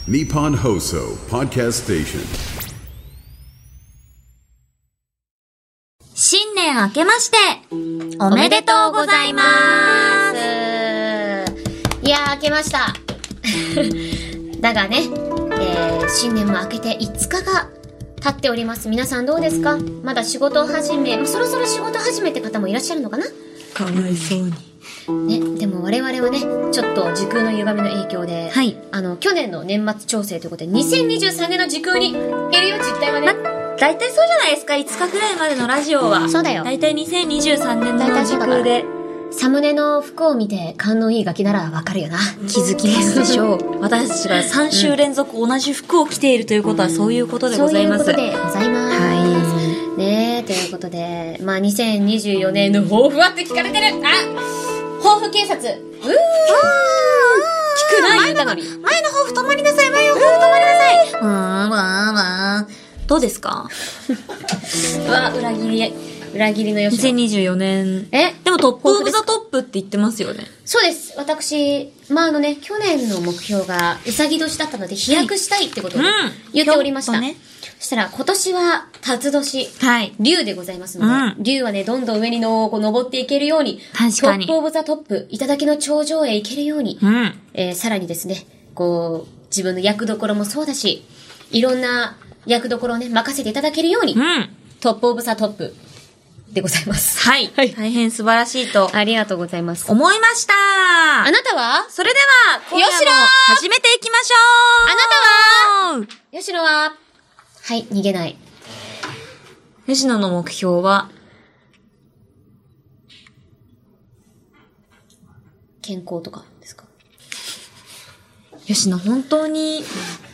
Nippon Hoso Podcast Station。 新年明けましておめでとうございます。 いやー明けましただがね、新年も明けて5日が経っております。皆さんどうですか？まだ仕事始め、そろそろ仕事始めって方もいらっしゃるのかな？ かわいそうにね、でも我々はね、ちょっと時空の歪みの影響で、 はい、 去年の年末調整ということで、2023年の時空にいるよ、実態はね。 大体そうじゃないですか、5日くらいまでのラジオは。 そうだよ。 大体2023年の時空で。 サムネの服を見て勘のいいガキならわかるよな。 気づきますでしょう。私たちが3週連続同じ服を着ているということはそういうことでございます。 そういうことでございます。 はい。 ねえ、ということで、まあ2024年の抱負はって聞かれてる。抱負警察。聞くな、言ったのに。 前の抱負止まりなさい、前の抱負止まりなさい。どうですか？ 裏切りの吉野。 2024年。でもトップオブザトップって言ってますよね。 そうです。私、まあ去年の目標がうさぎ年だったので飛躍したいってことを言っておりました。ね、そしたら今年は辰年、龍でございますので、龍はね、どんどん上に登っていけるように、 確かにトップオブザトップ、頂の頂上へ行けるように、さらにですね、自分の役どころもそうだし、いろんな役どころをね、任せていただけるように、トップオブザトップでございます。 はい。大変素晴らしいと。 ありがとうございます。 思いました。 あなたは？ それでは、今夜も始めていきましょう。 あなたは？吉野は？はい、逃げない。 吉野の目標は、 健康とかですか？ 吉野本当に、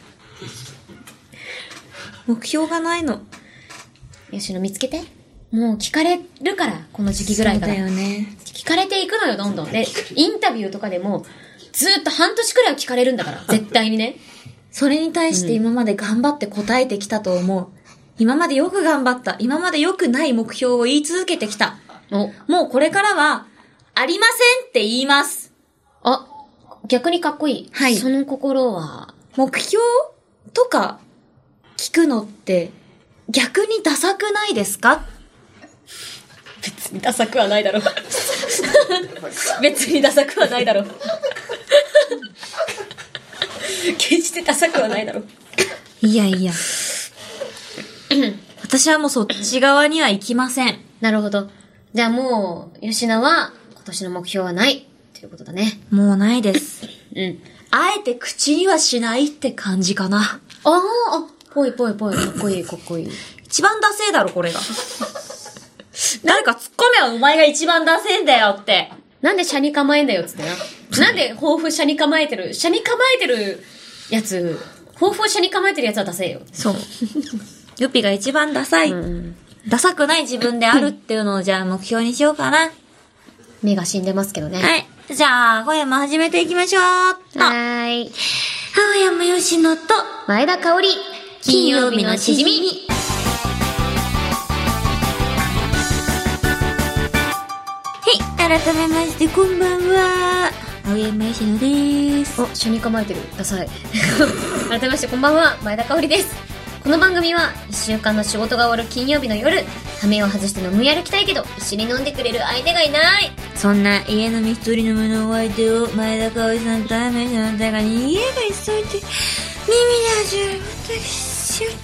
目標がないの。 吉野見つけて。もう聞かれるから、この時期ぐらいから。 そうだよね。 聞かれていくのよ、どんどん。で、インタビューとかでも、ずーっと半年くらいは聞かれるんだから、絶対にね。 それに対して今まで頑張って答えてきたと思う。今までよく頑張った。今まで良くない目標を言い続けてきた。もうこれからは、ありませんって言います。 逆にかっこいい。 はい。 その心は、 目標とか聞くのって逆にダサくないですか？ 別にダサくはないだろ。別にダサくはないだろ。決してダサくはないだろ。 いやいや。私はもうそっち側には行きません。 なるほど。じゃあもう、吉野は今年の目標はないということだね。 もうないです。あえて口にはしないって感じかな。 ぽい。かっこいい、かっこいい。 一番ダセーだろ、これが。誰か突っ込めはお前が一番ダセーんだよって。 なんで車に構えんだよっつってな。なんで抱負車に構えてるやつ、抱負を車に構えてるやつはダセーよ。 そう。ヨピが一番ダサい。ダサくない自分であるっていうのをじゃあ目標にしようかな。 目が死んでますけどね。 はい。じゃあ、今夜も始めていきましょう。青山吉野と前田香織、金曜日のしじみ。 改めましてこんばんは、青山吉野です。 車に構えてる。ダサい。改めましてこんばんは、前田香織です。この番組は1週間の仕事が終わる金曜日の夜、羽目を外して飲み歩きたいけど一緒に飲んでくれる相手がいない、そんな家飲み一人の無のお相手を前田香織さんと青山吉野の手がに家が急いで耳で始める私。はい、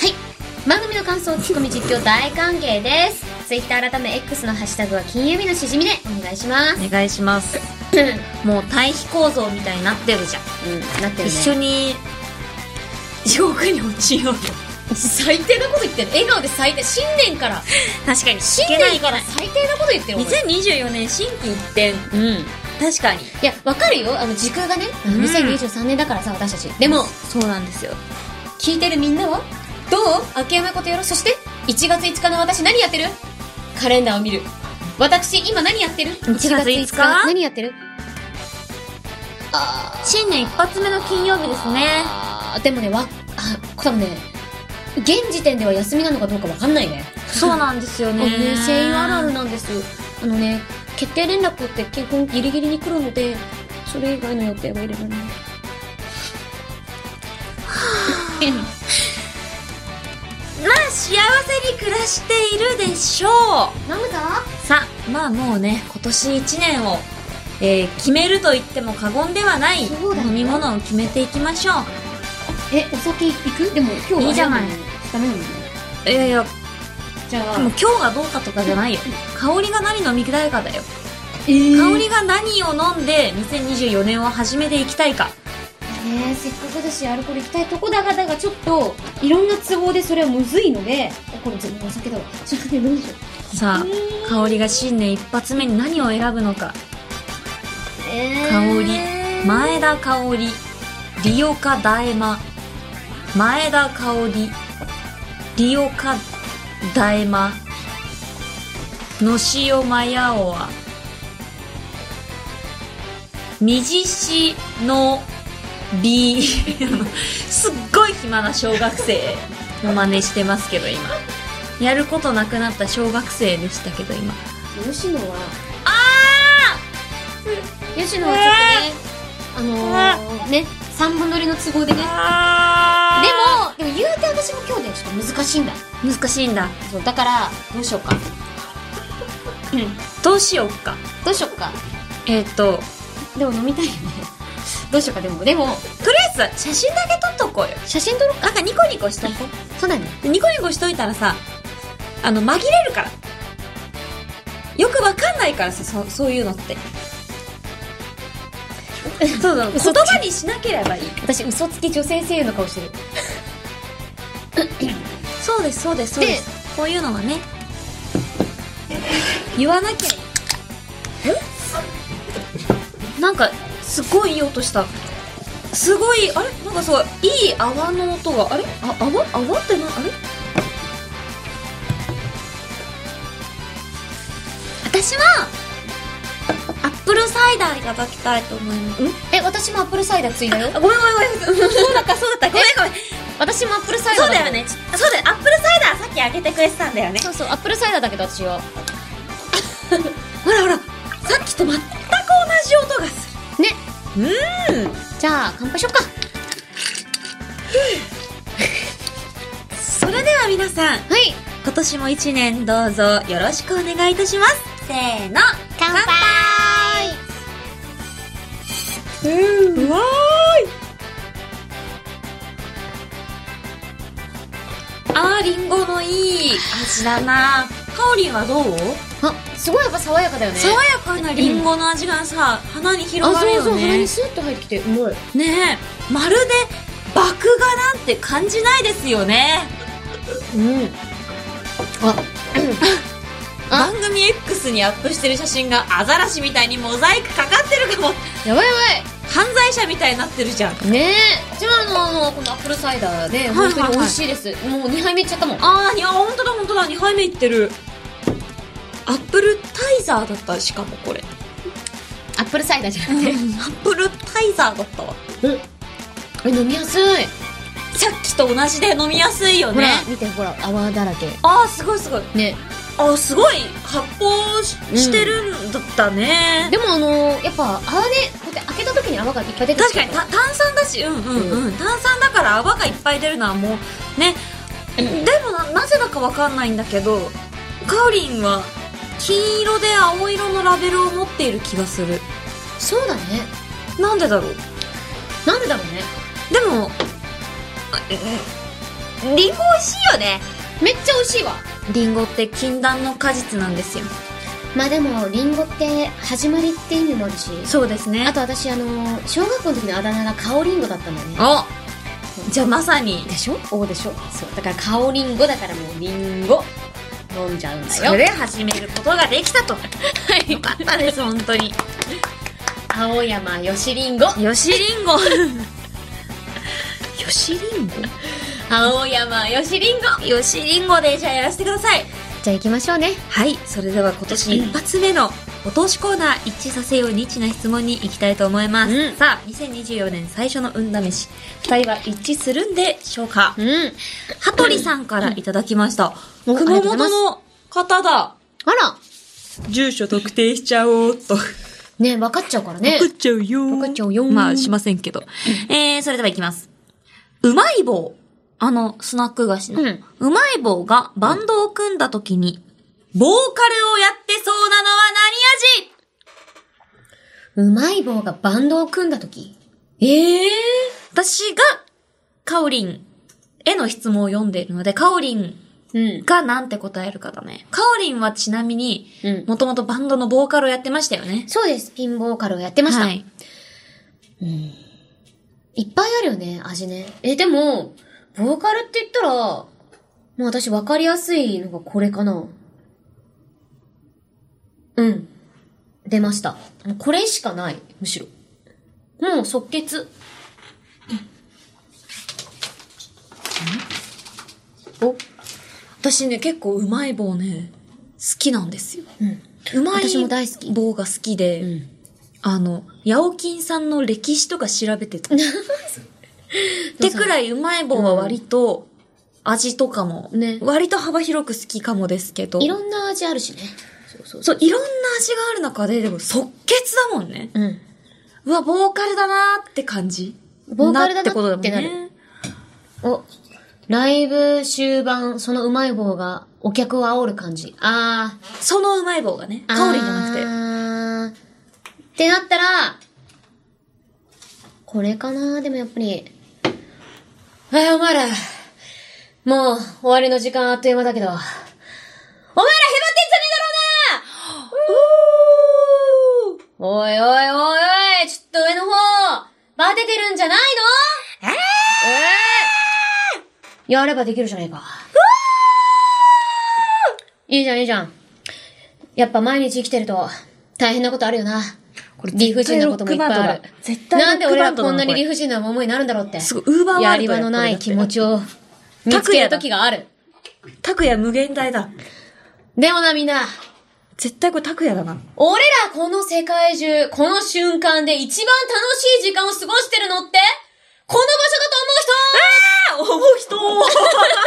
番組の感想、ツッコミ、実況大歓迎です。Twitter 改め X のハッシュタグは金曜日のしじみでお願いします。 お願いします。もう対比構造みたいになってるじゃん。 なってるね。 一緒に地獄に落ちよう。 最低なこと言ってる。笑顔で最低。新年から。 確かに。 新年から最低なこと言ってる。 2024年新規一点。確かに。 いや、わかるよ。時空がね、2023年だからさ、私たち。でも、 そうなんですよ。 聞いてるみんなはどう？明け山ことよろ。そして、1月5日の私何やってる？カレンダーを見る。私、今何やってる？ 1月5日何やってる？ 新年一発目の金曜日ですね。 でもね、多分ね、現時点では休みなのかどうかわかんないね。 そうなんですよね。 声優あるあるなんです。決定連絡って基本ギリギリに来るので、それ以外の予定は入れられない。 まあ、幸せに暮らしているでしょう。 飲むぞ。 さあ、まあもうね、今年1年を、決めると言っても過言ではない飲み物を決めていきましょう。 お酒いく？でも今日はいいじゃない。 ダメなの？ いやいや、 じゃあ、 でも今日がどうかとかじゃないよ。香りが何飲みたいかだよ。香りが何を飲んで2024年を始めていきたいか。 せっかくだしアルコール行きたいとこだがちょっといろんな都合でそれはむずいので、これ全部お酒だわ。ちょっとね、どうしよう。 さあ、香りが新年一発目に何を選ぶのか。香り、前田香織、リオカダエマ、前田香織、リオカダエマ、のしおまやおわ、みじしのびすっごい暇な小学生の真似してますけど、今やることなくなった小学生でしたけど、今吉野はー吉野はちょっとね、ね、3分乗りの都合でね。でも言うて私も今日でちょっと難しいんだ。 難しいんだ。 そう、だから、どうしようか。 どうしようか。 どうしようか。でも飲みたいよね。どうしようか、でも。 とりあえず、写真だけ撮っとこうよ。 写真撮ろうか。 なんかニコニコしとこう。 そうだね。 ニコニコしといたらさ、紛れるから。よくわかんないからさ、そういうのって。そうだ、言葉にしなければいい。 私、嘘つき女性声優の顔してる。 そうです、そうです、そうです。こういうのはね、言わなきゃいい。なんか、すごいいい音した。すごい、あれなんかすごい、いい泡の音が、あれ泡ってあれ私は、アップルサイダーいただきたいと思います。 私もアップルサイダーついだよ。 ごめん。そうだった。ごめん。 私もアップルサイダーそうだよね。そうだよ。アップルサイダーさっきあげてくれてたんだよね。 そう、アップルサイダーだけど私は。 ほら。さっきと全く同じ音がする。 ね。じゃあ、乾杯しよっか。 それでは皆さん。 はい。 今年も一年どうぞよろしくお願いいたします。せーの。 乾杯。 うわーい。リンゴのいい味だな。かおりんはどう？ すごいやっぱ爽やかだよね。 爽やかなリンゴの味がさ、鼻に広がるよね。 そう、鼻にスッと入ってきて、うまい。 ねえ、まるで麦芽なんて感じないですよね。番組 X にアップしてる写真がアザラシみたいにモザイクかかってるかも。 やばい。 犯罪者みたいになってるじゃん。 ねえ。じゃあこのアップルサイダーで、本当に美味しいです。もう2杯目いっちゃったもん。 ほんとだ、2杯目いってる。アップルタイザーだった、しかもこれ。 アップルサイダーじゃなくて。 アップルタイザーだったわ。 飲みやすい。 さっきと同じで飲みやすいよね。 ほら、見て、ほら、泡だらけ。 すごい。 ね。 すごい発泡してるんだったね。 でもやっぱ泡で、こうやって開けた時に泡がいっぱい出て確かに炭酸だし、炭酸だから泡がいっぱい出るのはもう、ね。でもなぜだかわかんないんだけど、かおりんは、金色で青色のラベルを持っている気がする。 そうだね。 なんでだろうね。でも、リンゴ美味しいよね。 めっちゃ美味しいわ。 リンゴって禁断の果実なんですよ。 まあでも、リンゴって始まりって意味もあるし。 そうですね。 あと私小学校の時のあだ名がカオリンゴだったんだよね。 じゃあまさに。 でしょ。そう。だからカオリンゴだからもうリンゴ。飲んじゃうんだよ。 それで始めることができたと。よかったです、本当に。 青山よしりんご。 よしりんご。 青山よしりんご。 よしりんごでじゃあやらせてください。 じゃあ行きましょうね。 はい、それでは今年一発目のお通しコーナー、一致させようニッチな質問に行きたいと思います。さあ、2024年最初の運試し。二人は一致するんでしょうか？羽鳥さんからいただきました。熊本の方だ。 あら。 住所特定しちゃおうと。 ね、分かっちゃうからね。 分かっちゃうよ。 まあ、 しませんけど。それでは行きます。うまい棒スナック菓子の、 うんうまい棒がバンドを組んだ時に、ボーカルをやってそうなのはうまい棒がバンドを組んだとき。 私が、カオリンへの質問を読んでいるので、カオリンうん。 がなんて答えるかだね。カオリンはちなみに、 うんもともとバンドのボーカルをやってましたよね。 そうです。ピンボーカルをやってました。 はい。 いっぱいあるよね、味ね。でも、ボーカルって言ったら、もう私分かりやすいのがこれかな。うん。出ました。もうこれしかない、むしろ。もう即決。 私ね、結構うまい棒ね、好きなんですよ。 うん。 うまい私も大好き棒が好きで、 ん。 ヤオキンさんの歴史とか調べてた。ってくらいうまい棒は割と、味とかも、 ね割と幅広く好きかもですけど、 いろんな味あるしね。そうそう、いろんな味がある中で、でも即決だもんね。 うん。 うわ、ボーカルだなーって感じ。 ボーカルだなってことだもんってなね。 お、ライブ終盤、そのうまい棒がお客を煽る感じ。 そのうまい棒がね、香りじゃなくて。 ってなったら、これかな。でもやっぱり、お前ら、もう終わりの時間あっという間だけど、お前らへばってんじゃねえだろうな。おいおいおいおい、ちょっと上の方、バテてるんじゃないの？やればできるじゃないか。いいじゃんいいじゃん。やっぱ毎日生きてると大変なことあるよな。これ理不尽なこともいっぱいある。 絶対なんで俺らこんなにリ理不尽な思いになるんだろうって。 すごい、ウーバーワールドやり場のない気持ちを見つける時がある。 拓也無限大だ。 でもなみんな、 絶対これ拓也だな。 俺らこの世界中、この瞬間で一番楽しい時間を過ごしてるのって、この場所だと思う人思う人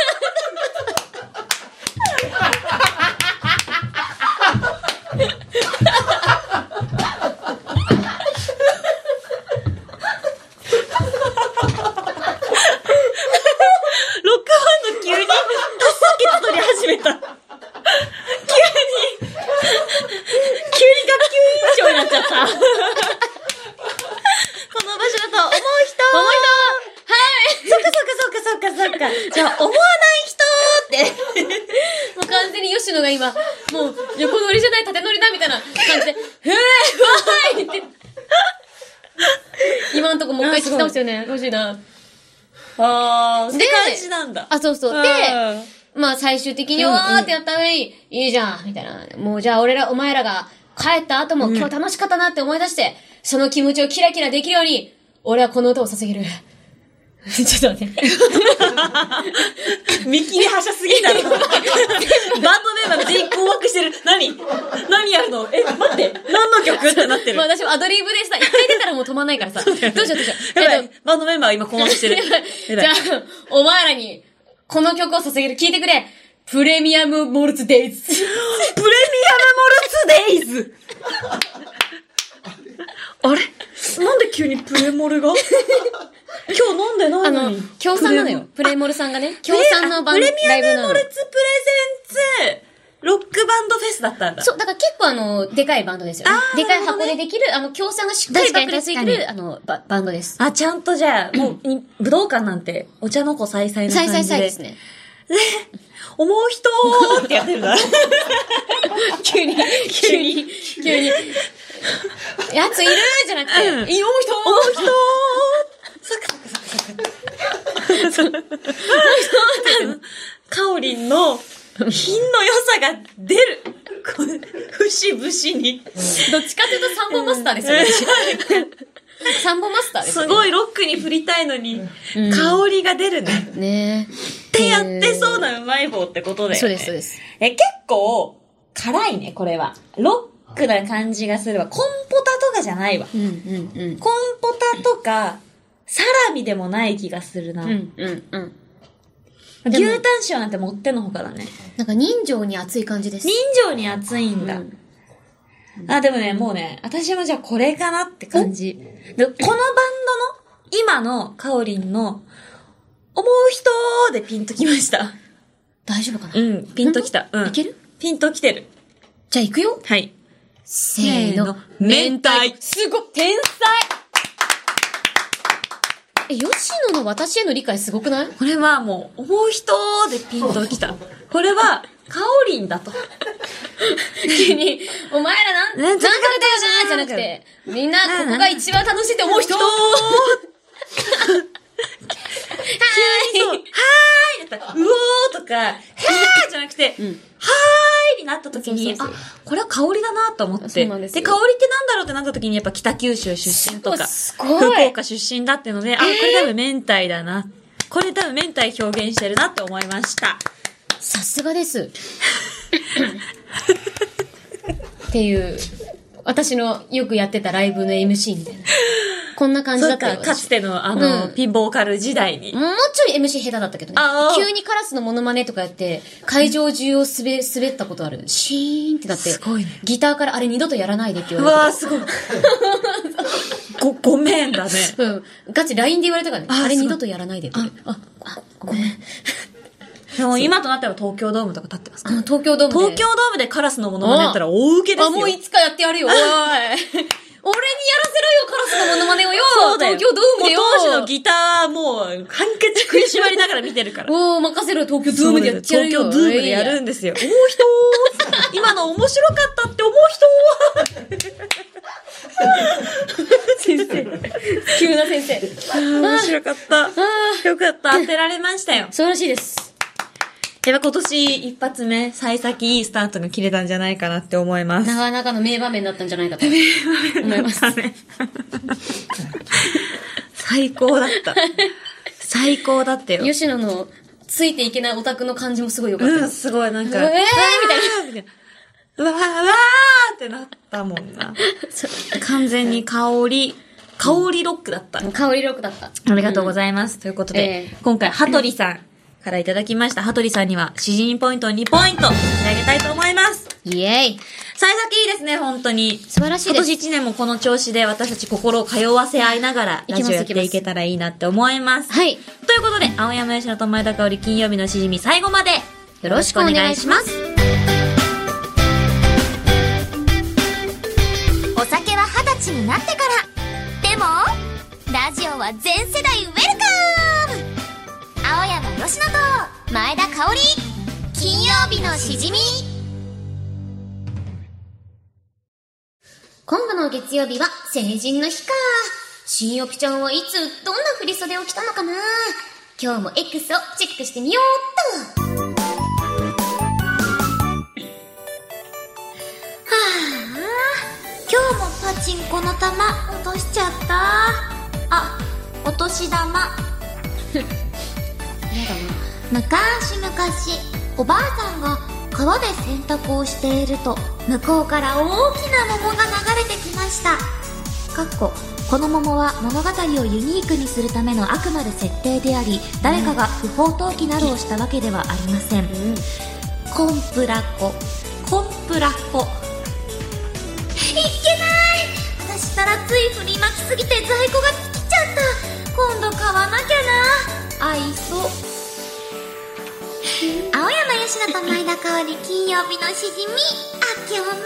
ロックバンド急に多数決取り始めた。急に学級委員長になっちゃった。この場所だと思う人そっか。じゃあ、思わない人って。 もう完全に吉野が今、もう横乗りじゃない縦乗りだみたいな感じで、わーいって。今んとこもう一回聞き直してよね。欲しいな。 って感じなんだ。 そうそう。で、まあ最終的にわーってやった上に、いいじゃんみたいな。もうじゃあお前らが帰った後も今日楽しかったなって思い出して、その気持ちをキラキラできるように、俺はこの歌を捧げる。ちょっと待って。 見切り発車すぎんだろ。バンドメンバー全員困惑してる。何やるの？待って。何の曲ってなってる。 まあ私もアドリブでさ、一回出たらもう止まんないからさ。どうしよう。 やばい。バンドメンバー今困惑してる。 じゃあ、お前らに、この曲を捧げる。聞いてくれ。プレミアムモルツデイズ。 プレミアムモルツデイズあれなんで急にプレモルが今日飲んでないのに。 協賛なのよ。プレモルさんがね。協賛のライブなの。 プレミアムモルツプレゼンツ、ロックバンドフェスだったんだ。 そう、だから結構でかいバンドですよね。でかい箱でできる、協賛がしっかりしたやつついてる、バンドです。 ちゃんとじゃあ、もう、武道館なんて、お茶の子さいさいな感じで。 さいですね。 で、思う人ーってやってるんだ。 急に。やついるじゃなくて、思う人そっか。カオリンの品の良さが出る。節々に。 どっちかというとサンボマスターですよね。サンボマスターですよね。 すごいロックに振りたいのに、香りが出るね。 ねってやってそうなうまい棒ってことだよね。 そうです。 結構、辛いね、これは。ロックな感じがするわ。コンポタとかじゃないわ。コンポタとか、サラミでもない気がするな。牛タン塩なんてもってのほかだね。 なんか人情に熱い感じです。 人情に熱いんだ。でもね、もうね、私もじゃあこれかなって感じ。でこのバンドの、今のカオリンの、 思う人でピンときました。 大丈夫かな？ うん、ピンときた。うん。 いける？ ピンときてる。 じゃあ行くよ。 はい。 せーの。 明太。 すごい、天才。吉野の私への理解すごくない？ これはもう、思う人でピンときた。これは、カオリンだと。 急に、お前らなんとかだよじゃなくて、みんなここが一番楽しいって思う人急にそう、はーいだったら、うおーとか、はーじゃなくて、はーいになった時に、あ、これは香りだなと思って。で、香りってなんだろうってなった時に、やっぱ北九州出身とか、福岡出身だってので、あ、これ多分明太だな。これ多分明太表現してるなって思いました。 さすがです。っていう、私のよくやってたライブの MC みたいな。こんな感じだったよ。 かつてのピンボーカル時代に。 もうちょい MC 下手だったけどね。急にカラスのモノマネとかやって、会場中を滑ったことある。シーンってなって。すごいね。ギターからあれ二度とやらないでって言われた。 うわーすごい。ごめんだね。 うん。ガチ LINE で言われたからね。あれ二度とやらないでって。ごめん。 でも今となっては東京ドームとか立ってますか？ 東京ドームでカラスのモノマネやったら大受けですよ。 もういつかやってやるよ。おい。俺にやらせろよ、カラスのモノマネをよ。東京ドームでよ。 当時のギターもう、ハンカチ食いしばりながら見てるから。 任せろ、東京ドームでやってやるよ。 東京ドームでやるんですよ。思う人今の面白かったって思う人先生。 急な先生。 面白かった。よかった。当てられましたよ。 素晴らしいです。 やっぱ今年一発目、幸先いいスタートが切れたんじゃないかなって思います。 なかなかの名場面だったんじゃないかと思います。 最高だった。最高だったよ。 吉野のついていけないオタクの感じもすごい良かったよ。 すごいなんか。 みたいな。 うわーってなったもんな。完全に香りロックだった。 香りロックだった。 ありがとうございます。ということで、今回、羽鳥さんからいただきました。羽鳥さんには、詩人ポイントを2ポイント、差し上げたいと思います。 イェイ。 幸先いいですね、本当に。 素晴らしいです。 今年1年もこの調子で私たち心を通わせ合いながら、ラジオやっていけたらいいなって思います。 はい。 ということで、青山吉野と前田香織金曜日のしじみ最後まで、よろしくお願いします。 お酒は20歳になってから。でも、ラジオは全世代ウェルカム。青山吉野と前田香織、金曜日のしじみ。 今度の月曜日は成人の日か。新オピちゃんはいつどんな振り袖を着たのかな。今日も X をチェックしてみようっと。 今日もパチンコの玉落としちゃった。あ、お年玉。やだな。昔々、おばあさんが川で洗濯をしていると、向こうから大きな桃が流れてきました。この桃は物語をユニークにするためのあくまで設定であり、誰かが不法投棄などをしたわけではありません。コンプラコ。いけない。私ったらつい振りまきすぎて在庫が尽きちゃった。今度買わなきゃな。愛想。青山吉野と前田香織金曜日のしじみ。あきおめるるる。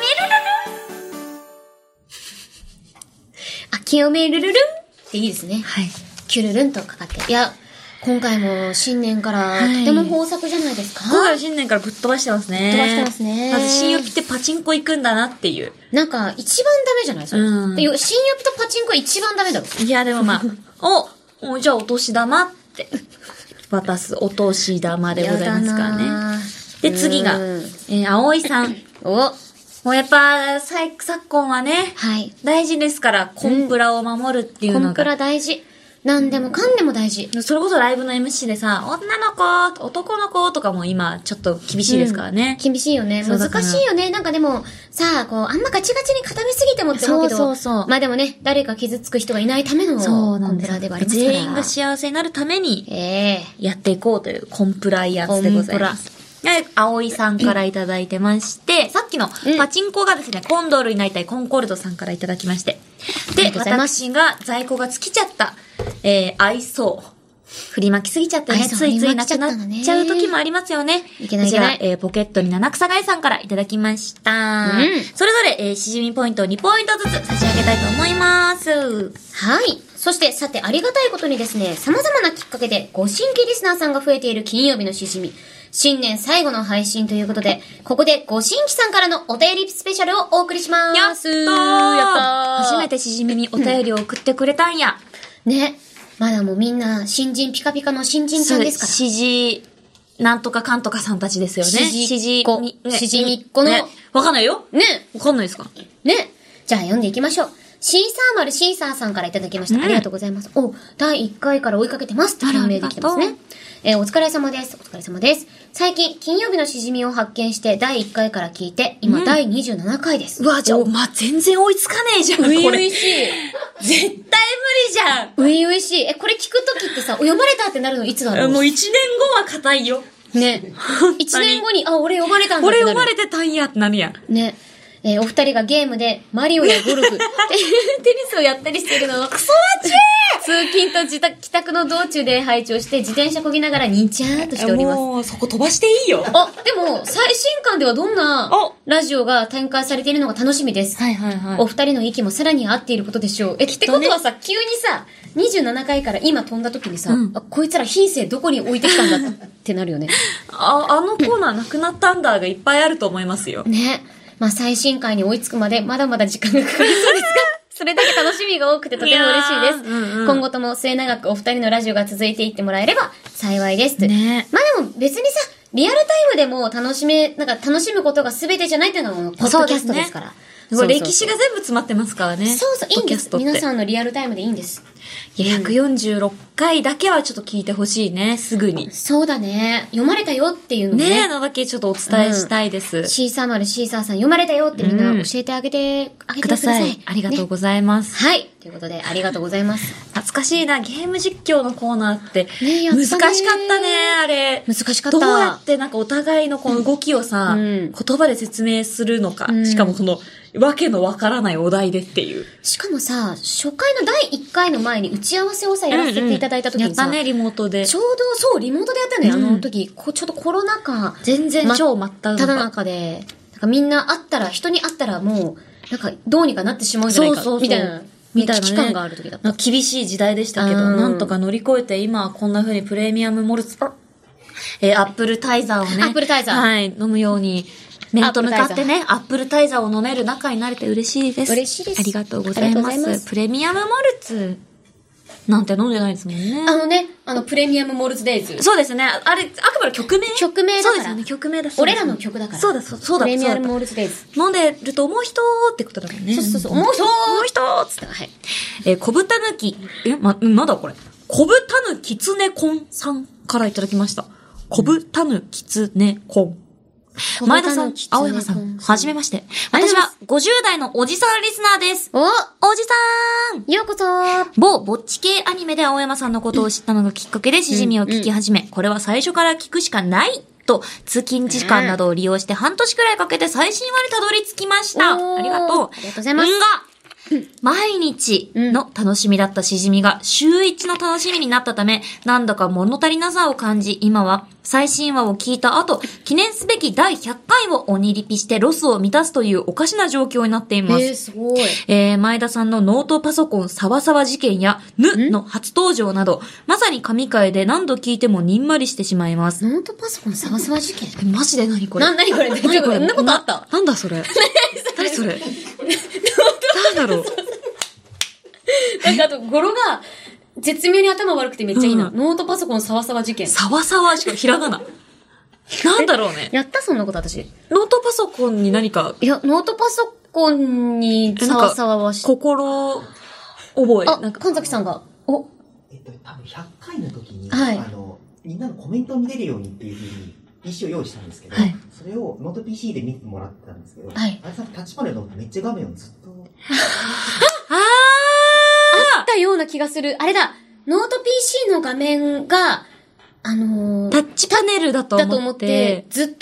あきおめるるるんっていいですね。 はい。 キュルルンとかかって。いや、今回も新年からとても豊作じゃないですか。 今回は新年からぶっ飛ばしてますね。 ぶっ飛ばしてますね。 まず新予期ってパチンコ行くんだなっていう。 なんか一番ダメじゃないそれ。新予期とパチンコは一番ダメだろ。 いやでもまあ、じゃあお年玉って渡すお年玉でございますからね。で次が、葵さん。もうやっぱ昨今はね、 はい、 大事ですからコンプラを守るっていうのが。 コンプラ大事。なんでもかんでも大事。 それこそライブの MC でさ、女の子、男の子とかも今ちょっと厳しいですからね。 厳しいよね。難しいよね。なんかでも、さあ、こう、あんまガチガチに固めすぎてもって思うけど。そう。まあでもね、誰か傷つく人がいないためのコンプラではありますから。 全員が幸せになるために、やっていこうというコンプライアンスでございます。葵さんからいただいてまして、さっきのパチンコがですね、コンドールになりたいコンコルドさんからいただきまして。で、私が在庫が尽きちゃった、愛想。 振り巻きすぎちゃってね、 あそうついついなくなっちゃう時もありますよね。 いけないいけないこちら、ポケットに七草がゆさんからいただきました。それぞれ、しじみポイントを2ポイントずつ差し上げたいと思います。 はい。そして、さて、ありがたいことにですね、様々なきっかけで、ご新規リスナーさんが増えている金曜日のしじみ。新年最後の配信ということで、ここでご新規さんからのお便りスペシャルをお送りします。 やったー初めてしじみにお便りを送ってくれたんや。 ね。まだもうみんな、新人ピカピカの新人さんですから。 しじ、なんとかかんとかさんたちですよね。 しじみっこの。 ね、わかんないよ。 ね。 わかんないですか。 ね。じゃあ読んでいきましょう。シーサー丸シーサーさんからいただきました。ありがとうございます。第1回から追いかけてますって表明できてますね。お疲れ様です。お疲れ様です。最近、金曜日のしじみを発見して第1回から聞いて、今第27回です。 うわ、じゃあ、全然追いつかねえじゃん、これ。 初々しい。 絶対無理じゃん。 初々しい。これ聞くときってさ、読まれたってなるのいつだろう？ もう1年後は硬いよ。 ね。1年後に、俺読まれたんだってなる。 俺読まれてたんやってなるやん。 ね。お二人がゲームでマリオやゴルフ、テニスをやったりしてるのを、クソマチ通勤と帰宅の道中で拝聴して自転車こぎながらニンチャーっとしております。 もうそこ飛ばしていいよ。 でも、最新刊ではどんなラジオが展開されているのが楽しみです。 はいはいはい。 お二人の息もさらに合っていることでしょう。ってことはさ、急にさ、27回から今飛んだ時にさ、こいつら品性どこに置いてきたんだってなるよね。 あのコーナーなくなったんだがいっぱいあると思いますよ。 ね。まあ最新回に追いつくまでまだまだ時間がかかりそうですが、それだけ楽しみが多くてとても嬉しいです。今後とも末永くお二人のラジオが続いていってもらえれば幸いです。ね。まあでも別にさ、リアルタイムでも楽しむことが全てじゃないっていうのがポッドキャストですから。 歴史が全部詰まってますからね。 そうそう、いいんです。皆さんのリアルタイムでいいんです。 146回だけはちょっと聞いてほしいね、すぐに。 そうだね。読まれたよっていうのね。 のだけちょっとお伝えしたいです。 シーサー丸シーサーさん読まれたよってみんな教えてあげてください。 ありがとうございます。 はい。ということで、ありがとうございます。 懐かしいな、ゲーム実況のコーナーって。難しかったね、あれ。 難しかった。 どうやってお互いのこの動きをさ、言葉で説明するのか。しかもその、わけのわからないお題でっていう。 しかもさ、初回の第1回の前に打ち合わせをさ、やらせていただいた時にさ、 やったね、リモートで。 ちょうど、そう、リモートでやったのよ、あの時。ちょっとコロナ禍。 全然超真っただ中で、みんな人に会ったらもう、どうにかなってしまうんじゃないか、みたいな。危機感がある時だった。 厳しい時代でしたけど、なんとか乗り越えて、今はこんな風にプレミアムモルツ、アップルタイザーをね。 アップルタイザー。 はい、飲むように。面と向かってね、アップルタイザーを飲める仲になれて嬉しいです。 嬉しいです。 ありがとうございます。プレミアムモルツなんて飲んでないですもんね。 プレミアムモルツデイズ。 そうですね。あれ、あくまで曲名だから。 そうですよね、曲名だし。 俺らの曲だから。 そうだ、そうだ。 プレミアムモルツデイズ。 飲んでると思う人ってことだもんね。 そう。思う人つって。はい。小豚抜き、なんだこれ。小豚抜きつねこんさんからいただきました。小豚抜きつねこん。前田さん、青山さん、はじめまして。私は50代のおじさんリスナーです。おじさんようこそ某ぼっち系アニメで青山さんのことを知ったのがきっかけでしじみを聞き始め、これは最初から聞くしかないと、通勤時間などを利用して半年くらいかけて最新話にたどり着きました。ありがとう。 ありがとうございます。 毎日の楽しみだったしじみが週1の楽しみになったため、なんだか物足りなさを感じ、今は最新話を聞いた後、記念すべき第100回を鬼リピしてロスを満たすというおかしな状況になっています。 すごい。 前田さんのノートパソコンサワサワ事件やの初登場など、まさに神回で何度聞いてもにんまりしてしまいます。 ノートパソコンサワサワ事件マジで何これ何これそんなことあったなんだそれ何それなんだろうあと、語呂が、絶妙に頭悪くてめっちゃいいな。ノートパソコンサワサワ事件。 サワサワしかひらがな。なんだろうね。 やったそんなこと私。 ノートパソコンに何か。 いや、ノートパソコンにサワサワは心覚え。 神崎さんが。 多分100回の時に、みんなのコメントを見れるようにっていう風に PC を用意したんですけど、それをノート PC で見てもらってたんですけど、あれさ、タッチパネルのめっちゃ画面をずっと。 あったような気がする。あれだ、ノート PC の画面が、 タッチパネルだと思って、 ずっと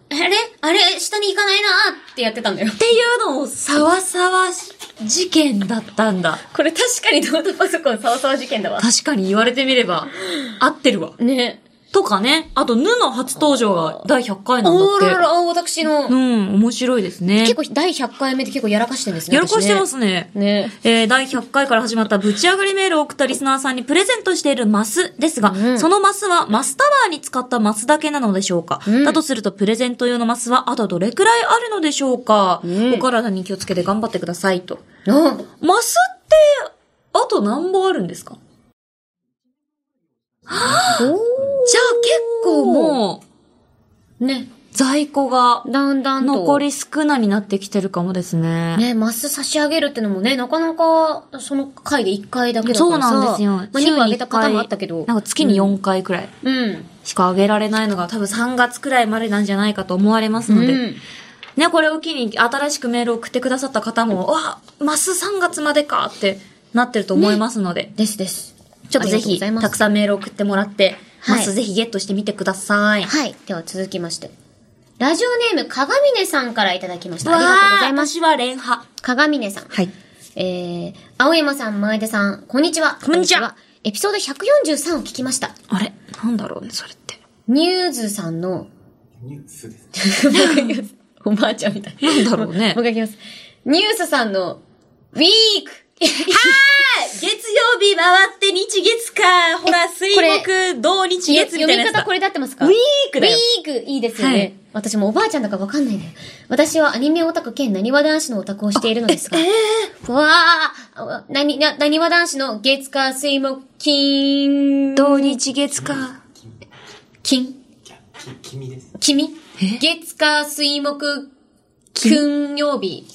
あれ下に行かないなーってやってたんだよ。 っていうのをさわさわ事件だったんだ。 これ確かにノートパソコンさわさわ事件だわ。 確かに言われてみれば、合ってるわ。 ね。 とかね。あと、ぬの初登場が第100回なんだって。 私の。 うん、面白いですね。 結構第100回目って結構やらかしてるんですね。 やらかしてますね。 ね。 第100回から始まったぶち上がりメールを送ったリスナーさんにプレゼントしているマスですが、そのマスはマスタワーに使ったマスだけなのでしょうか、だとするとプレゼント用のマスはあとどれくらいあるのでしょうか、お体に気をつけて頑張ってくださいと。マスって、あと何本あるんですか？じゃあ結構もう、ね、在庫が、 だんだんと残り少なになってきてるかもですね。 ね、マス差し上げるってのもね、なかなか、その回で1回だけだからさ。 そうなんですよ。 まあ、2個あげた方もあったけど。 なんか月に4回くらい。しかあげられないのが多分3月くらいまでなんじゃないかと思われますので。ね、これを機に新しくメールを送ってくださった方も、マス3月までかってなってると思いますので。 です。 ちょっとぜひ、たくさんメールを送ってもらって、マスぜひゲットしてみてください。 はい。では続きまして。ラジオネーム、かがみねさんからいただきました。ありがとうございます。 私は連派。 かがみねさん。 はい。 青山さん、前田さん、こんにちは。 こんにちは。 エピソード143を聞きました。 あれなんだろうね、それって。 ニューズさんの、 ニュースですね。おばあちゃんみたい。 なんだろうね。 もう一回いきます。ニュースさんの、ウィーク月曜日回って日月か。ほら、水木、土日月みたいなやつだ。 読み方これで合ってますか？ ウィークだよ。 ウィーク、いいですよね。はい、私もおばあちゃんだからわかんないね。私はアニメオタク兼なにわ男子のオタクをしているのですが。なにわ男子の月火水木金。 土日月火。 金。 君です。 君？月火水木金曜日。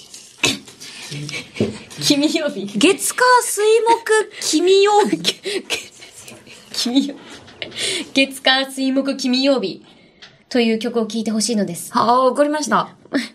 君曜日。 月火水木君曜日。 君曜日。月火水木君曜日。という曲を聴いてほしいのです。 わかりました。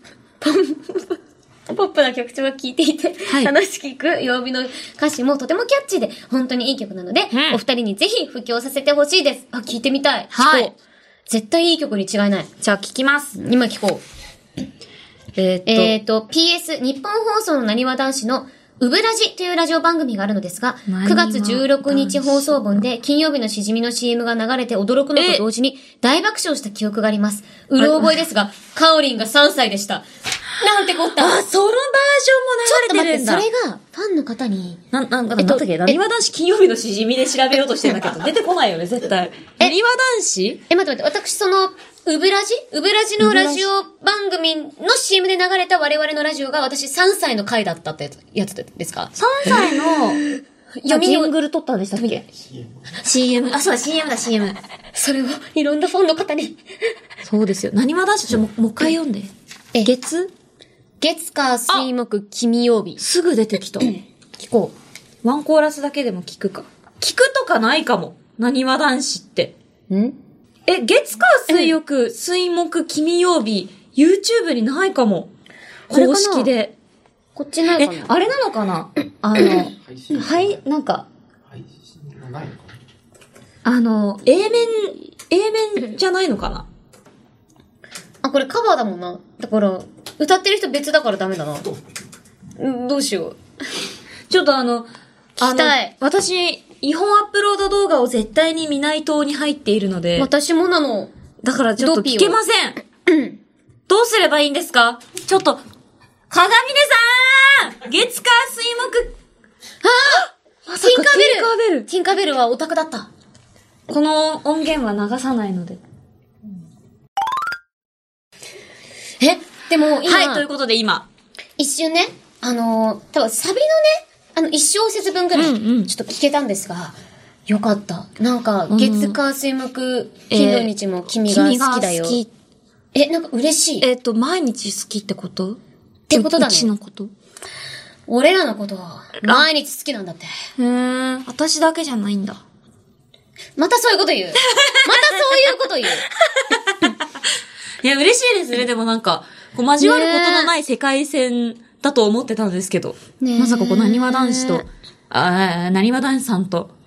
ポップな曲調が聴いていて、楽しく聴く曜日の歌詞もとてもキャッチーで、本当にいい曲なので、お二人にぜひ布教させてほしいです。聴いてみたい。 はい。 絶対いい曲に違いない。 じゃあ聴きます。 今聴こう。PS、日本放送のなにわ男子のうぶらじというラジオ番組があるのですが、9月16日放送分で金曜日のしじみの CM が流れて驚くのと同時に大爆笑した記憶があります。うろ覚えですが、かおりんが3歳でした。なんてこった。 そのバージョンも流れてるんだ。 ちょっと待って、それがファンの方に。 なんだっけ、なにわ男子金曜日のしじみで調べようとしてるんだけど、出てこないよね、絶対。なにわ男子？ 待って、私うぶらじのラジオ番組の CM で流れた我々のラジオが私3歳の回だったってやつですか？ 3 歳のジングル撮ったんでしたっけ？ CM。そうだ、CM だ、CM。 それをいろんなファンの方に。 そうですよ。なにわ男子もう一回読んで。月火水木金曜日。 すぐ出てきた。 聞こう。ワンコーラスだけでも聞くか。聞くとかないかも。なにわ男子って。月火水木、水木金曜日、YouTube にないかも。公式で。 こっちないかな？ あれなのかな？なんか。 配信がないのかな？A 面じゃないのかな？ これカバーだもんな。だから、歌ってる人別だからダメだな。どうしよう。 ちょっと聞きたい。 私、違法アップロード動画を絶対に見ない党に入っているので。 私もなの。 だからちょっと聞けません。どうすればいいんですか？ちょっと、かがみねさん！月火水木。まさかティンカーベル。 ティンカーベルはオタクだった。 この音源は流さないので。 でも今。 はい、ということで今。 一瞬ね、多分サビのね、一小節分ぐらい、ちょっと聞けたんですが、よかった。なんか、月火水木、金土日も君が好きだよ。好き。なんか嬉しい。 毎日好きってこと？ ってことだね。 うちのこと？ 俺らのことは、毎日好きなんだって。 私だけじゃないんだ。 またそういうこと言う。またそういうこと言う。 いや、嬉しいですね。でもなんか、交わることのない世界線だと思ってたんですけど。まさかなにわ男子と、なにわ男子さんと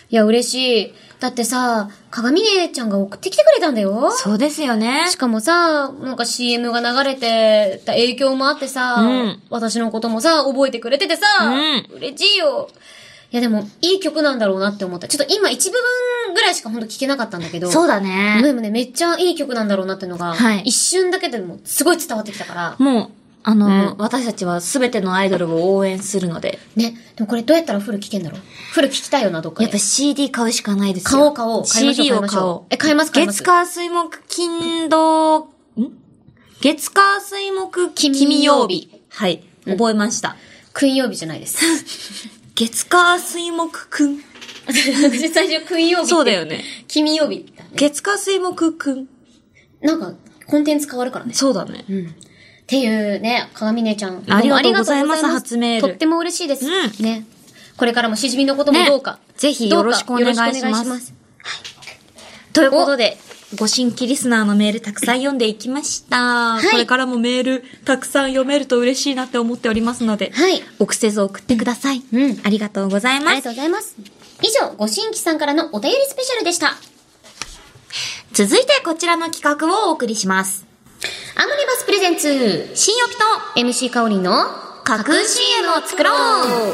いや、嬉しい。だってさ、鏡姉ちゃんが送ってきてくれたんだよ。 そうですよね。 しかもさ、なんか CM が流れてた影響もあってさ、私のこともさ、覚えてくれててさ、嬉しいよ。いやでも、いい曲なんだろうなって思った。ちょっと今一部分ぐらいしかほんと聞けなかったんだけど。 そうだね。 でもね、めっちゃいい曲なんだろうなっていうのが、一瞬だけでもすごい伝わってきたから。 もう、私たちは全てのアイドルを応援するので。 ね。でもこれどうやったらフル聞けんだろう？フル聞きたいよな、どっかで。 やっぱ CD 買うしかないですよ。 買おう。 CD を買おう。 買います。 月火水木金土、月火水木金曜日。はい。覚えました。 金曜日じゃないです。 月火水木くん。 最初金曜日。 そうだよね。 金曜日、ね。 月火水木くん。 なんか、コンテンツ変わるからね。 そうだね。 っていうね、鏡姉ちゃん。 ありがとうございます、初メール。 とっても嬉しいです。ね。これからもしじみのこともどうか。 ぜひよろしくお願いします。はい。ということで、ご新規リスナーのメールたくさん読んでいきました。これからもメールたくさん読めると嬉しいなって思っておりますので、臆せず送ってください。ありがとうございます。 ありがとうございます。以上、ご新規さんからのお便りスペシャルでした。 続いてこちらの企画をお送りします。 アムニバスプレゼンツ、 新予備と MC かおりんの架空 CM を作ろう。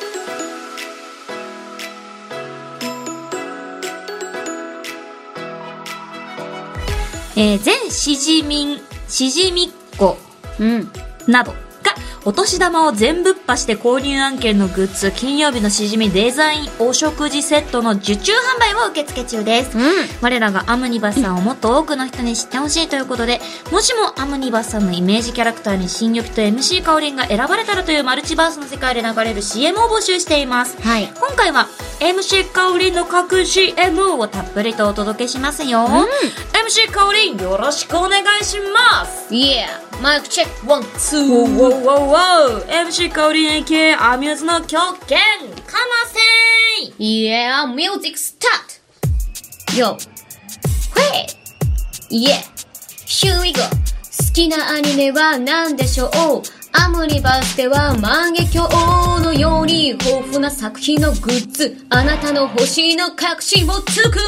全しじみっこなどがお年玉を全部っぱして購入案件のグッズ、金曜日のしじみデザインお食事セットの受注販売を受付中です。我らがアムニバスさんをもっと多くの人に知ってほしいということで、もしもアムニバスさんのイメージキャラクターに新予備と MC かおりんが選ばれたらというマルチバースの世界で流れる CM を募集しています。今回は MC かおりんの架空 CM をたっぷりとお届けしますよ。MC かおりんよろしくお願いします。 マイクチェック、ワン、ツー。 MC かおりん AK アミューズの狂犬、かませーい。 ミュージックスタート。よ。Here we go。好きなアニメは何でしょう？アムニバスでは万華鏡のように豊富な作品のグッズ、あなたの欲しいの確信をつく。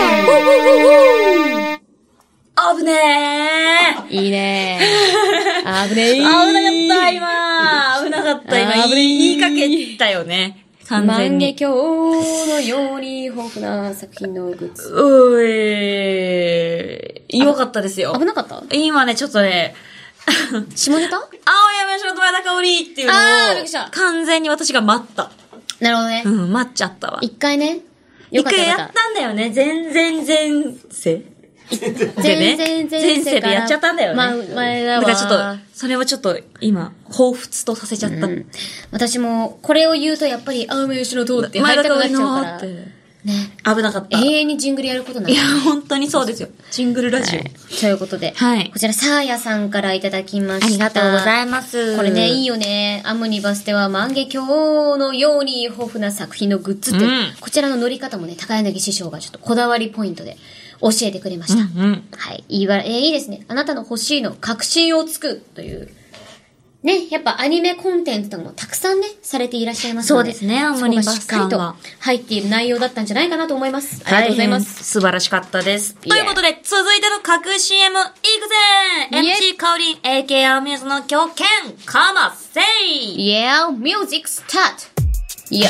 危ねー。 いいねー。危ねー。 危なかった今。危なかった今。言いかけたよね。完全に。 万華鏡のように豊富な作品のグッズ。 弱かったですよ。 危なかった？ 今ね、ちょっとね、 下ネタ？ 青山仕事前田香織っていうのを、完全に私が待った。 なるほどね。 待っちゃったわ。 一回ね。 一回やったんだよね。前世前世でやっちゃったんだよね。 前だわ。 だからちょっと、それをちょっと今、彷彿とさせちゃった。 私も、これを言うとやっぱり、青梅吉野通って入りたくなっちゃうから。ね。 危なかった。 永遠にジングルやることになる。 いや、本当にそうですよ。ジングルラジオ。 ということで。こちら、サーヤさんからいただきました。 ありがとうございます。 これね、いいよね。アムニバスでは万華鏡のように豊富な作品のグッズって、こちらの乗り方もね、高柳師匠がちょっとこだわりポイントで教えてくれました。はい。いいですね。あなたの欲しいの確信をつくという。ね、やっぱアニメコンテンツとかもたくさんね、されていらっしゃいますので。 そうですね、アムニバスさんは。 しっかりと入っている内容だったんじゃないかなと思います。ありがとうございます。 素晴らしかったです。ということで、続いての架空 CM、いくぜ !MC かおりん、AK アミューズの狂犬、かませい !Yeah, music start! Yeah!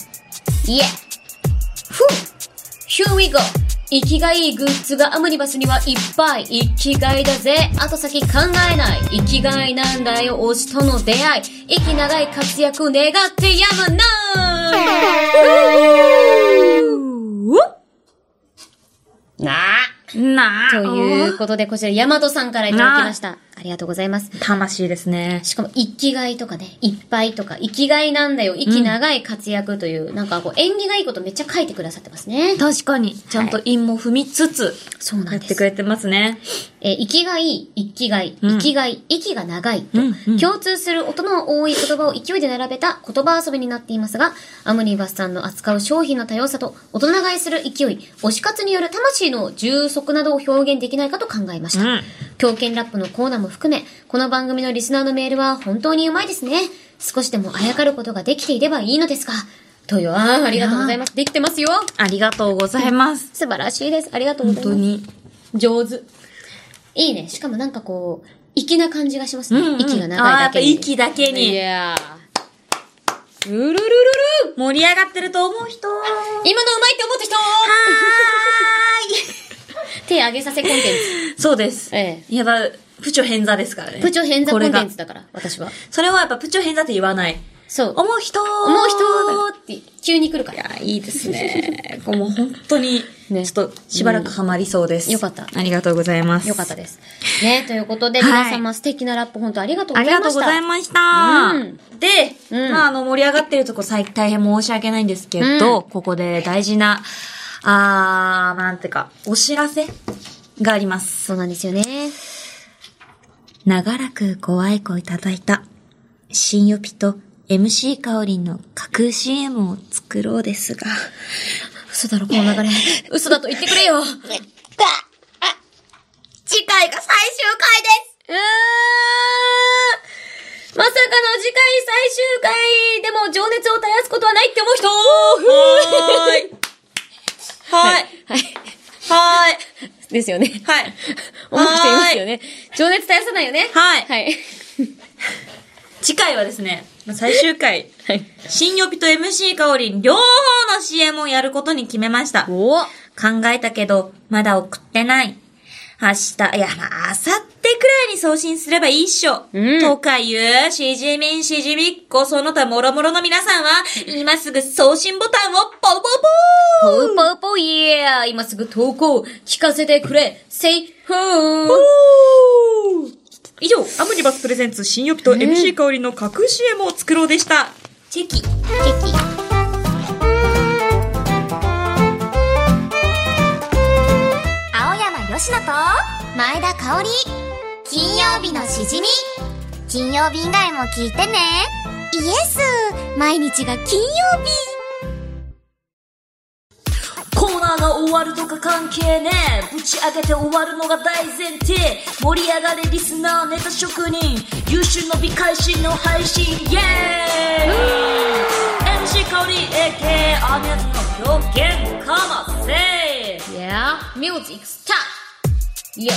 Here we go! 生きがいいグッズがアムニバスにはいっぱい。生きがいだぜ。後先考えない。生きがいなんだよ。推しとの出会い。息長い活躍願ってやまない。ということで、こちら、ヤマトさんからいただきました。ありがとうございます。 魂ですね。 しかも、生きがいとかね、いっぱいとか、生きがいなんだよ、息長い活躍という、なんかこう、縁起がいいことめっちゃ書いてくださってますね。 確かに。ちゃんと韻も踏みつつ、 そうなんです。 やってくれてますね。 生きがいい、生きがい、生きがい、息が長いと、共通する音の多い言葉を勢いで並べた言葉遊びになっていますが、アムニバスさんの扱う商品の多様さと、大人買いする勢い、推し活による魂の充足などを表現できないかと考えました。狂犬ラップのコーナーも含め、この番組のリスナーのメールは本当にうまいですね。少しでもあやかることができていればいいのですが、 とよ。ありがとうございます。できてますよ。 ありがとうございます。 素晴らしいです。ありがとうございます。 本当に。上手。 いいね。しかもなんかこう、粋な感じがしますね。息が長いだけに。 息だけに。 いやー。ルルルルル盛り上がってると思う人。 今のうまいって思った人手上げさせコンテンツ。 そうです。やっぱ、プチョ偏差ですからね。 プチョ偏差コンテンツだから、私は。 それはやっぱプチョ偏差って言わない。 そう。 思う人って急に来るから。 いや、いいですね。もう本当に、ね、ちょっとしばらくハマりそうです。 よかった。 ありがとうございます。 よかったです。ね、ということで、皆様素敵なラップ本当ありがとうございました。 ありがとうございました。で、盛り上がってるとこ大変申し訳ないんですけど、ここで大事な、なんてか、お知らせがあります。 そうなんですよね。 長らくご愛顧いただいた、新予備とMC かおりんの架空 CM を作ろうですが。 嘘だろ、この流れ。嘘だと言ってくれよ。 次回が最終回です。 まさかの次回最終回でも情熱を絶やすことはないって思う人はい。 ですよね。 はい。 思う人いますよね。情熱絶やさないよね。 はい。 はい。 次回はですね、最終回、新予備と MC かおりん両方の CM をやることに決めました。考えたけど、まだ送ってない。明日、明後日くらいに送信すればいいっしょ。とかいう、しじみんしじみっこ、その他もろもろの皆さんは、今すぐ送信ボタンをポウポウポウポウポウポウイエー今すぐ投稿、聞かせてくれ、セイフー以上、アムニバスプレゼンツ新予備と MC かおりの架空 CM を作ろうでした。 チェキ。 青山よしのと前田香織金曜日のしじみ金曜日以外も聞いてねイエス毎日が金曜日コーナーが終わるとか関係ねえぶち上げて終わるのが大前提盛り上がれリスナーネタ職人優秀の美会心の配信イエーイ MC 香り AK アメズの表現かませ Yeah Music start Yeah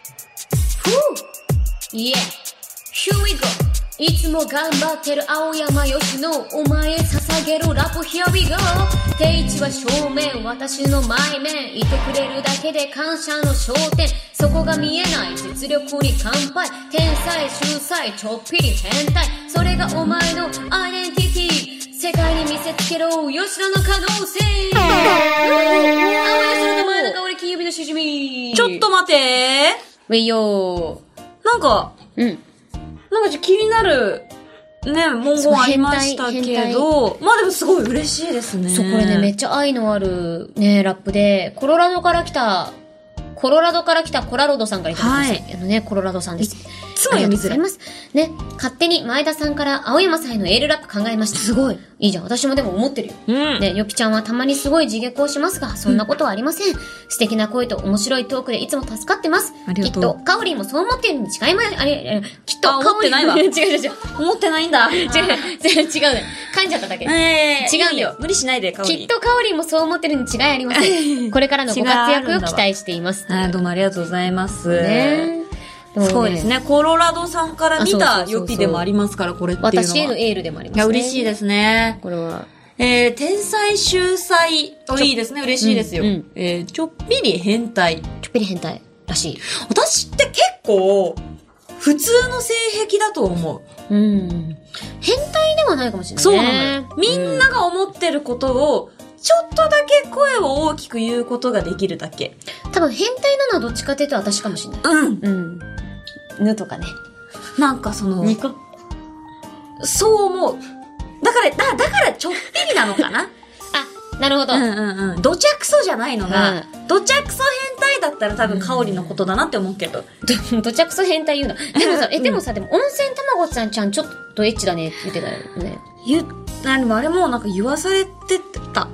Yeah Here we goいつも頑張ってる青山よしのお前捧げるラップ Here we go 定位置は正面私の前面いてくれるだけで感謝の焦点そこが見えない実力に乾杯天才秀才ちょっぴり変態それがお前のアイデンティティ世界に見せつけろ吉田の可能性青山の前の香り金曜日のしじみちょっと待てウェイヨーなんか気になるね、文言ありましたけど、まあでもすごい嬉しいですね。 そう、これね、めっちゃ愛のあるね、ラップで、コロラドから来たコラロドさんからいただきました。ね、コロラドさんです。 いつも読みづらい。 ね、勝手に前田さんから青山さんへのエールラップ考えました。 すごい。 いいじゃん。私もでも思ってるよ。ね、よぴちゃんはたまにすごい自虐をしますが、そんなことはありません。素敵な声と面白いトークでいつも助かってます。 ありがとう。 きっと、カオリンもそう思ってるに違いま、きっと、 思ってないわ。 違う。 思ってないんだ。 違うね。噛んじゃっただけ。違うんだよ。 無理しないで、カオリン。 きっとカオリンもそう思ってるに違いありません。これからのご活躍を期待しています。 どうもありがとうございます。 ね。 そうですね。コロラドさんから見た予備でもありますから、これっていうのは。 私へのエールでもありますね。 いや、嬉しいですね。 これは。 天才秀才。いいですね。嬉しいですよ。ちょっぴり変態。 ちょっぴり変態らしい。 私って結構、普通の性癖だと思う。 変態ではないかもしれないね。 そうなのよ。みんなが思ってることを、ちょっとだけ声を大きく言うことができるだけ。 多分変態なのはどっちかっていうと私かもしれない。ぬとかね。 なんかその、 ニコそう思う。だからちょっぴりなのかなあ、なるほど。 どちゃくそじゃないのが、どちゃくそ変態だったら多分香りのことだなって思うけど。 どちゃくそ変態言うな。でもさ、でも温泉卵さんちゃんちょっとエッチだねって言ってたよね。 あれもなんか言わされてた。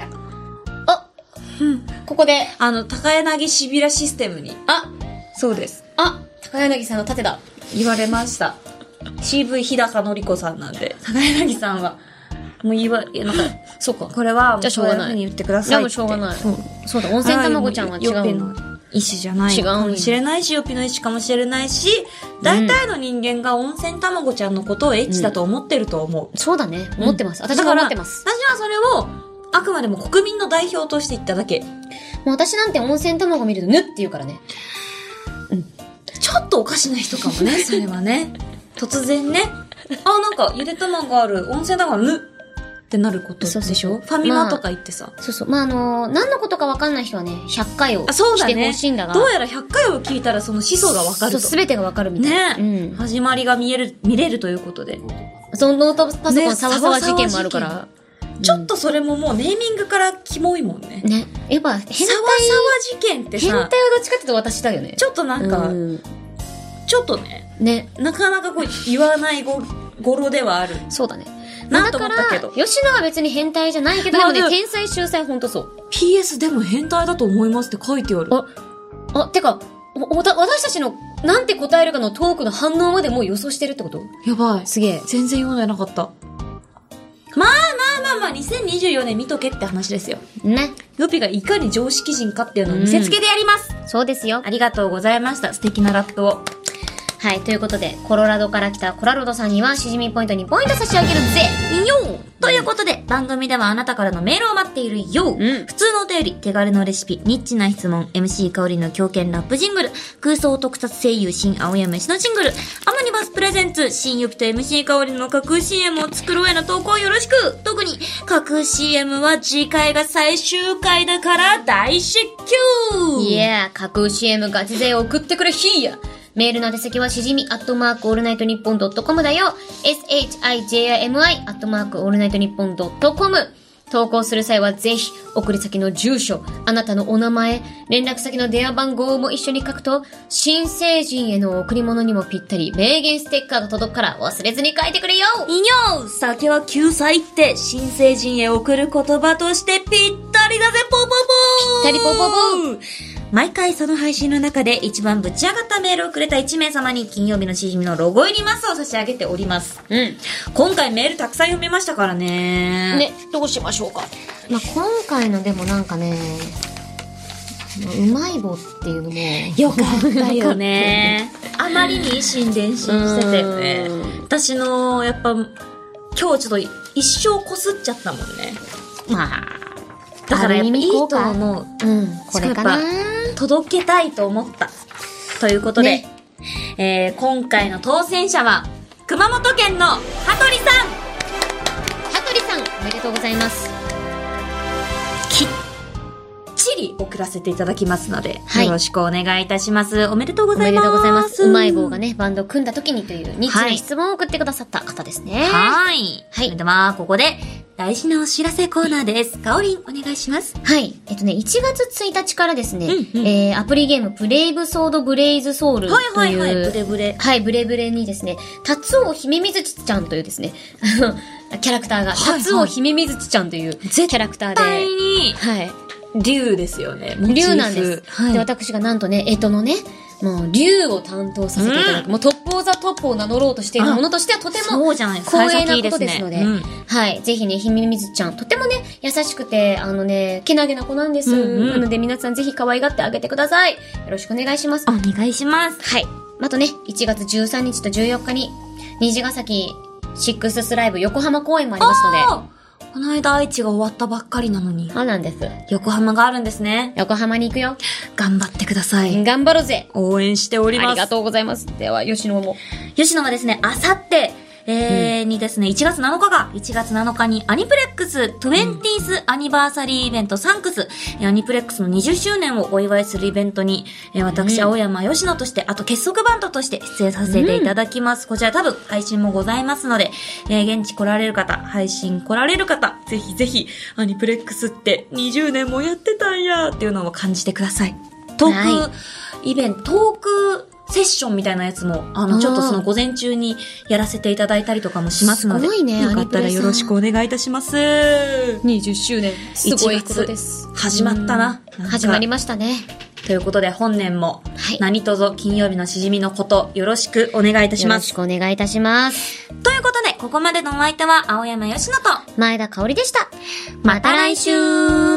ここで、 高柳しびらシステムに。そうです。 高柳さんの盾だ。 言われました。CV 日高のり子さんなんで、高柳さんは、 もうなんか、 そうか。 これは、 じゃあしょうがない。 そういう風に言ってください。 じゃあもうしょうがない。そうだ、温泉卵ちゃんは違う。 ヨッピーの意思じゃないかもしれないし、ヨッピーの意思かもしれないし、大体の人間が温泉卵ちゃんのことをエッチだと思ってると思う。 そうだね。思ってます。私も思ってます。 私はそれを、あくまでも国民の代表として言っただけ。 もう私なんて温泉卵見るとぬって言うからね。 ちょっとおかしな人かもね、それはね。突然ね、なんかゆで卵ある、温泉卵あるってなることでしょ。 そうファミマとか行ってさ。 そうそう。何のことかわかんない人はね、100回をしてほしいんだが。 どうやら100回を聞いたらその始祖がわかると。 すべてがわかるみたいな。 ね、始まりが見れるということで。 そのノートパソコンサワサワ事件もあるから。 ちょっとそれももうネーミングからキモいもんね。 ね。やっぱ変態。サワサワ事件ってさ。 変態はどっちかっていうと私だよね。 ちょっとなんか、ちょっとね、なかなかこう言わない語呂ではある。 そうだね。 なんと思ったけど。 吉野は別に変態じゃないけど、でもね、天才秀才ほんとそう。 PS でも変態だと思いますって書いてある。 てか、私たちのなんて答えるかのトークの反応までもう予想してるってこと？ やばい。 すげえ。 全然読んでなかった。まあ、2024年見とけって話ですよ。 ね。 ヨピがいかに常識人かっていうのを見せつけてやります。 そうですよ。 ありがとうございました。素敵なラップを。 はい、ということで、コロラドから来たコラロドさんには、しじみポイント2ポイント差し上げるぜよということで、番組ではあなたからのメールを待っているよ、普通のお便り、手軽のレシピ、ニッチな質問、MC 香りの狂犬ラップジングル、空想特撮声優新青山飯のジングル、アムニバスプレゼンツ、新予備と MC 香りの架空 CM を作ろうへの投稿よろしく。特に、架空 CM は次回が最終回だから大至急。 いやー、架空 CM ガチ勢を送ってくれひーや。メールの宛先はしじみ@allnightnippon.com だよ。shijimi@allnightnippon.com。投稿する際はぜひ、送り先の住所、あなたのお名前、連絡先の電話番号も一緒に書くと、新成人への贈り物にもぴったり、名言ステッカーが届くから忘れずに書いてくれよ。 いいよ、酒は救済って新成人へ送る言葉としてぴったりだぜ、ポポポー。 ぴったりポポポー。 毎回その配信の中で一番ぶち上がったメールをくれた1名様に金曜日のしじみのロゴ入りマスを差し上げております。今回メールたくさん読めましたからね。 ね、どうしましょうか。今回のでもなんかね、うまい棒っていうのもよかったよね。あまりに以心伝心してたよね。私のやっぱ今日ちょっと一生こすっちゃったもんね。 まあだからやっぱいいと思う。 これかな。 届けたいと思った。ということで、今回の当選者は、熊本県の羽鳥さん。 羽鳥さん、おめでとうございます。 きっちり送らせていただきますので、よろしくお願いいたします。おめでとうございます。 おめでとうございます。うまい棒がね、バンドを組んだ時にというニッチな質問を送ってくださった方ですね。 はい。では、ここで、大事なお知らせコーナーです。かおりん、お願いします。 はい。1月1日からですね、アプリゲーム、ブレイブソードブレイズソウルという、 ブレブレ。 はい、ブレブレにですね、タツオヒメミズチちゃんというですね、キャラクターが、タツオヒメミズチちゃんというキャラクターで、 絶対に、 はい。 竜ですよね。 竜なんです。で、私がなんとね、のね、もう、竜を担当させていただく。もうトップオブザトップを名乗ろうとしているものとしてはとても光栄なことですので、はい。ぜひね、ひめみずちゃん、とてもね、優しくて、けなげな子なんです。なので皆さんぜひ可愛がってあげてください。よろしくお願いします。 お願いします。 はい。あとね、1月13日と14日に、虹ヶ崎シックススライブ横浜公演もありますので、 この間愛知が終わったばっかりなのに。 そうなんです。 横浜があるんですね。 横浜に行くよ。 頑張ってください。 頑張ろうぜ。 応援しております。 ありがとうございます。では、吉野も。 吉野はですね、あさって、にですね、1月7日にアニプレックス 20th アニバーサリーイベントサンクス、アニプレックスの20周年をお祝いするイベントに、私、青山吉野として、あと結束バンドとして出演させていただきます。こちら多分配信もございますので、現地来られる方、配信来られる方、ぜひぜひ、アニプレックスって20年もやってたんやっていうのを感じてください。トークイベント、トークセッションみたいなやつも、ちょっとその午前中にやらせていただいたりとかもしますので、 すごいね、 よかったらよろしくお願いいたします。 20周年。すごいことです。 始まったな。 始まりましたね。 ということで本年も何卒金曜日のしじみのことよろしくお願いいたします。 よろしくお願いいたします。 ということでここまでのお相手は青山佳乃と前田香織でした。 また来週。